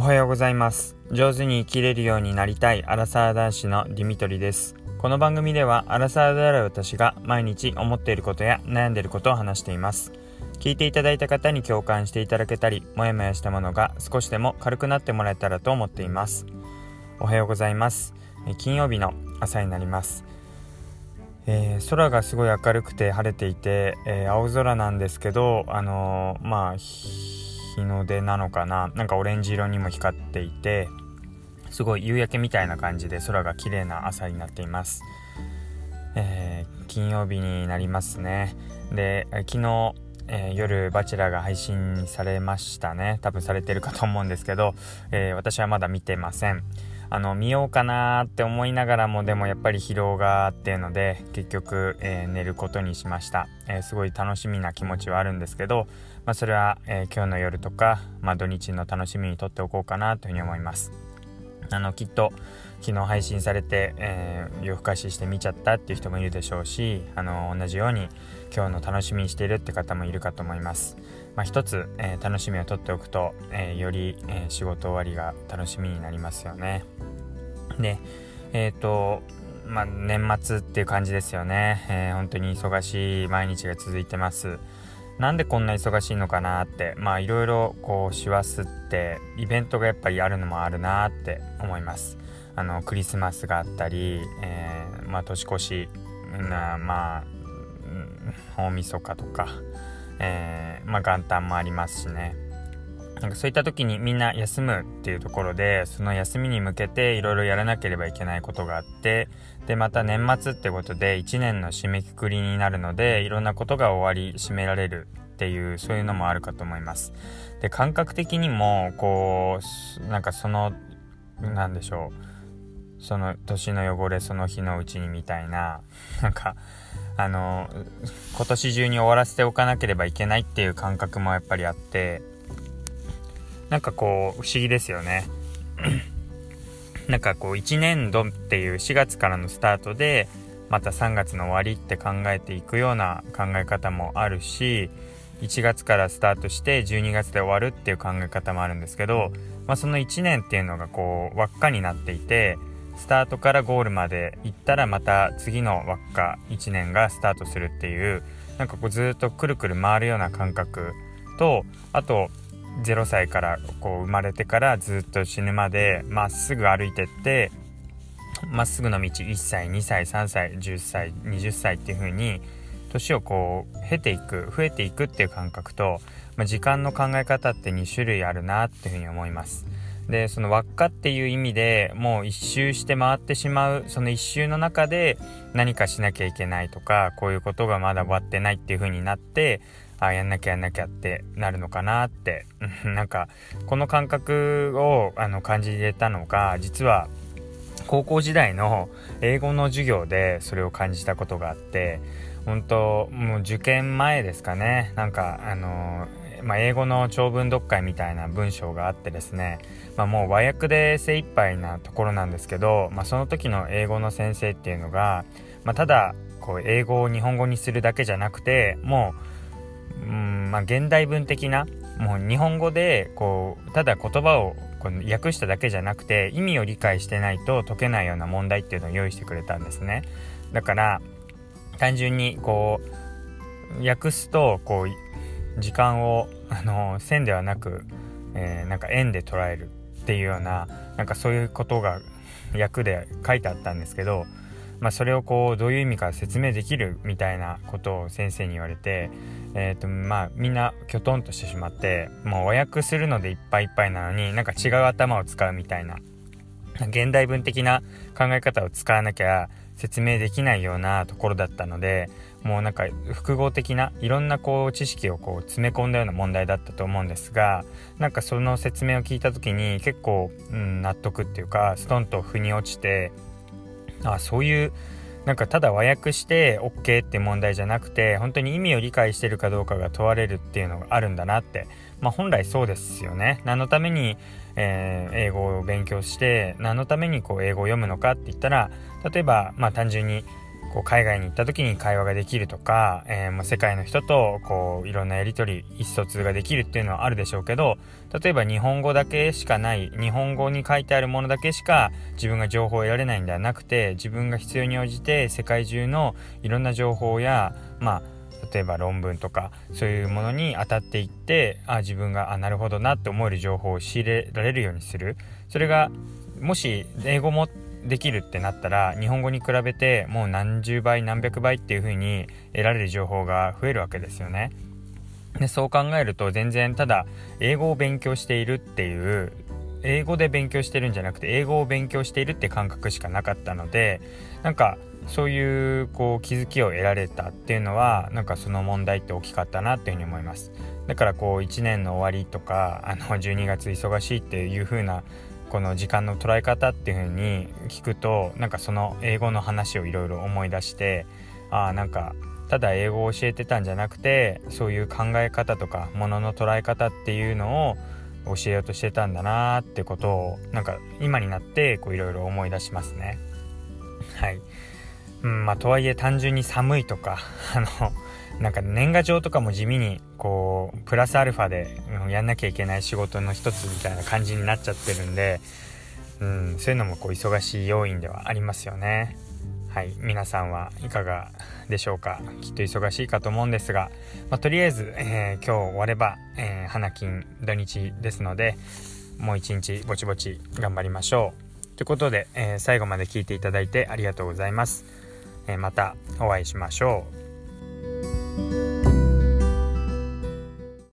はようございます。上手に生きれるようになりたいアラサー男子のディミトリです。この番組ではアラサーである私が毎日思っていることや悩んでいることを話しています。聞いていただいた方に共感していただけたり、もやもやしたものが少しでも軽くなってもらえたらと思っています。おはようございます。金曜日の朝になります。空がすごい明るくて晴れていて、青空なんですけど、日の出なのかな、なんかオレンジ色にも光っていて、すごい夕焼けみたいな感じで空が綺麗な朝になっています。金曜日になりますね。で、昨日、夜バチェラーが配信されましたね。多分されてるかと思うんですけど、私はまだ見てません。見ようかなって思いながらも、でもやっぱり疲労があっていうので結局、寝ることにしました。すごい楽しみな気持ちはあるんですけど、それは、今日の夜とか、土日の楽しみにとっておこうかなというふうに思います。きっと昨日配信されて、夜更かしして見ちゃったっていう人もいるでしょうし、同じように今日の楽しみにしているって方もいるかと思います。一つ、楽しみを取っておくと、より、仕事終わりが楽しみになりますよね。で、年末っていう感じですよね。本当に忙しい毎日が続いてます。なんでこんな忙しいのかなって、いろいろこう師走ってイベントがやっぱりあるのもあるなって思います。クリスマスがあったり、年越し大晦日とか、元旦もありますしね。なんかそういった時にみんな休むっていうところで、その休みに向けていろいろやらなければいけないことがあって、でまた年末ってことで1年の締めくくりになるので、いろんなことが終わり締められるっていう、そういうのもあるかと思います。で、感覚的にもこうなんかなんでしょう、その年の汚れその日のうちにみたいな、なんか今年中に終わらせておかなければいけないっていう感覚もやっぱりあって、なんかこう不思議ですよね。なんかこう1年度っていう4月からのスタートで、また3月の終わりって考えていくような考え方もあるし、1月からスタートして12月で終わるっていう考え方もあるんですけど、その1年っていうのがこう輪っかになっていて、スタートからゴールまで行ったらまた次の輪っか1年がスタートするっていう、なんかこうずっとくるくる回るような感覚と、あと0歳からこう生まれてからずっと死ぬまでまっすぐ歩いてって、まっすぐの道1歳2歳3歳10歳20歳っていう風に年をこう経ていく、増えていくっていう感覚と、時間の考え方って2種類あるなっていう風に思います。で、その輪っかっていう意味でもう一周して回ってしまう、その一周の中で何かしなきゃいけないとか、こういうことがまだ終わってないっていう風になって、やんなきゃってなるのかなってなんかこの感覚を感じれたのが、実は高校時代の英語の授業でそれを感じたことがあって、本当もう受験前ですかね。なんか英語の長文読解みたいな文章があってですね、もう和訳で精一杯なところなんですけど、その時の英語の先生っていうのが、ただこう英語を日本語にするだけじゃなくて、もう現代文的な、もう日本語でこうただ言葉をこう訳しただけじゃなくて、意味を理解してないと解けないような問題っていうのを用意してくれたんですね。だから単純にこう訳すとこう時間を線ではなく、なんか円で捉えるっていうような、なんかそういうことが訳で書いてあったんですけど、それをこうどういう意味か説明できるみたいなことを先生に言われて、みんなきょとんとしてしまって、もう和訳するのでいっぱいいっぱいなのに、なんか違う頭を使うみたいな、現代文的な考え方を使わなきゃ説明できないようなところだったので、もうなんか複合的ないろんなこう知識をこう詰め込んだような問題だったと思うんですが、なんかその説明を聞いた時に結構、納得っていうか、ストンと腑に落ちて、そういうなんかただ和訳して OK って問題じゃなくて、本当に意味を理解してるかどうかが問われるっていうのがあるんだなって、本来そうですよね。何のために、英語を勉強して、何のためにこう英語を読むのかって言ったら、例えば単純にこう海外に行った時に会話ができるとか、世界の人とこういろんなやり取り意思疎通ができるっていうのはあるでしょうけど、例えば日本語だけしかない、日本語に書いてあるものだけしか自分が情報を得られないんではなくて、自分が必要に応じて世界中のいろんな情報や、例えば論文とかそういうものに当たっていって、自分がなるほどなって思える情報を仕入れられるようにする。それがもし英語もできるってなったら、日本語に比べてもう何十倍何百倍っていう風に得られる情報が増えるわけですよね。でそう考えると、全然ただ英語を勉強しているっていう、英語で勉強してるんじゃなくて英語を勉強しているって感覚しかなかったので、なんかそういう気づきを得られたっていうのは、なんかその問題って大きかったなっていうふうに思います。だから1年の終わりとか12月忙しいっていう風なこの時間の捉え方っていう風に聞くと、なんかその英語の話をいろいろ思い出して、なんかただ英語を教えてたんじゃなくて、そういう考え方とかものの捉え方っていうのを教えようとしてたんだなってことを、なんか今になっていろいろ思い出しますね。はい。とはいえ単純に寒いとかなんか年賀状とかも地味にプラスアルファでやんなきゃいけない仕事の一つみたいな感じになっちゃってるんで、そういうのも忙しい要因ではありますよね。はい、皆さんはいかがでしょうか。きっと忙しいかと思うんですが、とりあえず、今日終われば、花金土日ですので、もう一日ぼちぼち頑張りましょうということで、最後まで聞いていただいてありがとうございます。またお会いしましょう。